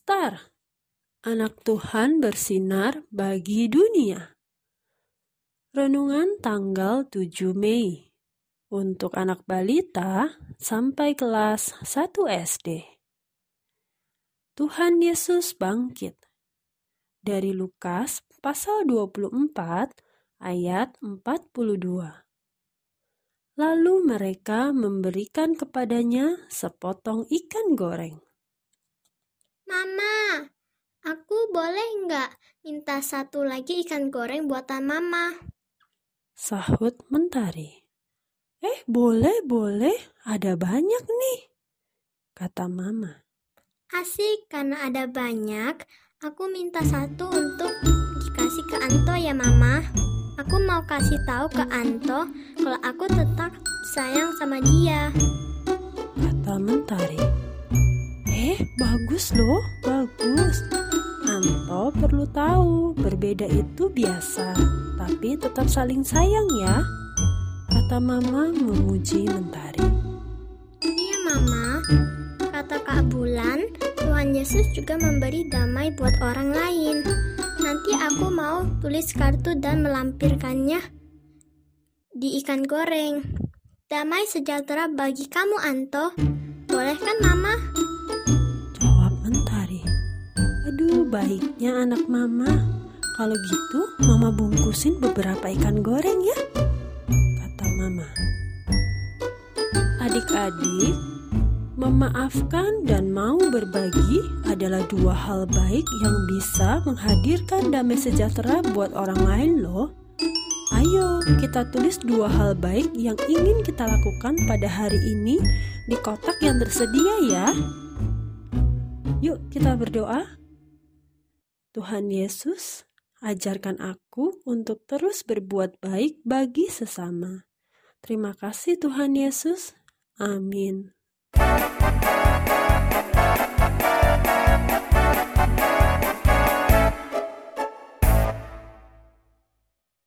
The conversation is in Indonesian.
Star, anak Tuhan bersinar bagi dunia. Renungan tanggal 7 Mei untuk anak balita sampai kelas 1 SD. Tuhan Yesus bangkit. Dari Lukas pasal 24 ayat 42. Lalu mereka memberikan kepadanya sepotong ikan goreng. Mama, aku boleh nggak minta satu lagi ikan goreng buatan Mama? Sahut Mentari. Boleh, ada banyak nih, kata Mama. Asik, karena ada banyak, aku minta satu untuk dikasih ke Anto ya Mama. Aku mau kasih tahu ke Anto kalau aku tetap sayang sama dia, kata Mentari. Bagus loh, bagus. Anto perlu tahu, berbeda itu biasa, tapi tetap saling sayang ya, kata Mama memuji Mentari. Iya Mama, kata Kak Bulan, Tuhan Yesus juga memberi damai buat orang lain. Nanti aku mau tulis kartu dan melampirkannya di ikan goreng. Damai sejahtera bagi kamu Anto. Boleh kan Mama? Jawab Mentari. Aduh, baiknya anak Mama. Kalau gitu Mama bungkusin beberapa ikan goreng ya, kata Mama. Adik-adik, memaafkan dan mau berbagi adalah dua hal baik yang bisa menghadirkan damai sejahtera buat orang lain loh. Ayo kita tulis dua hal baik yang ingin kita lakukan pada hari ini di kotak yang tersedia ya. Yuk kita berdoa. Tuhan Yesus, ajarkan aku untuk terus berbuat baik bagi sesama. Terima kasih Tuhan Yesus. Amin.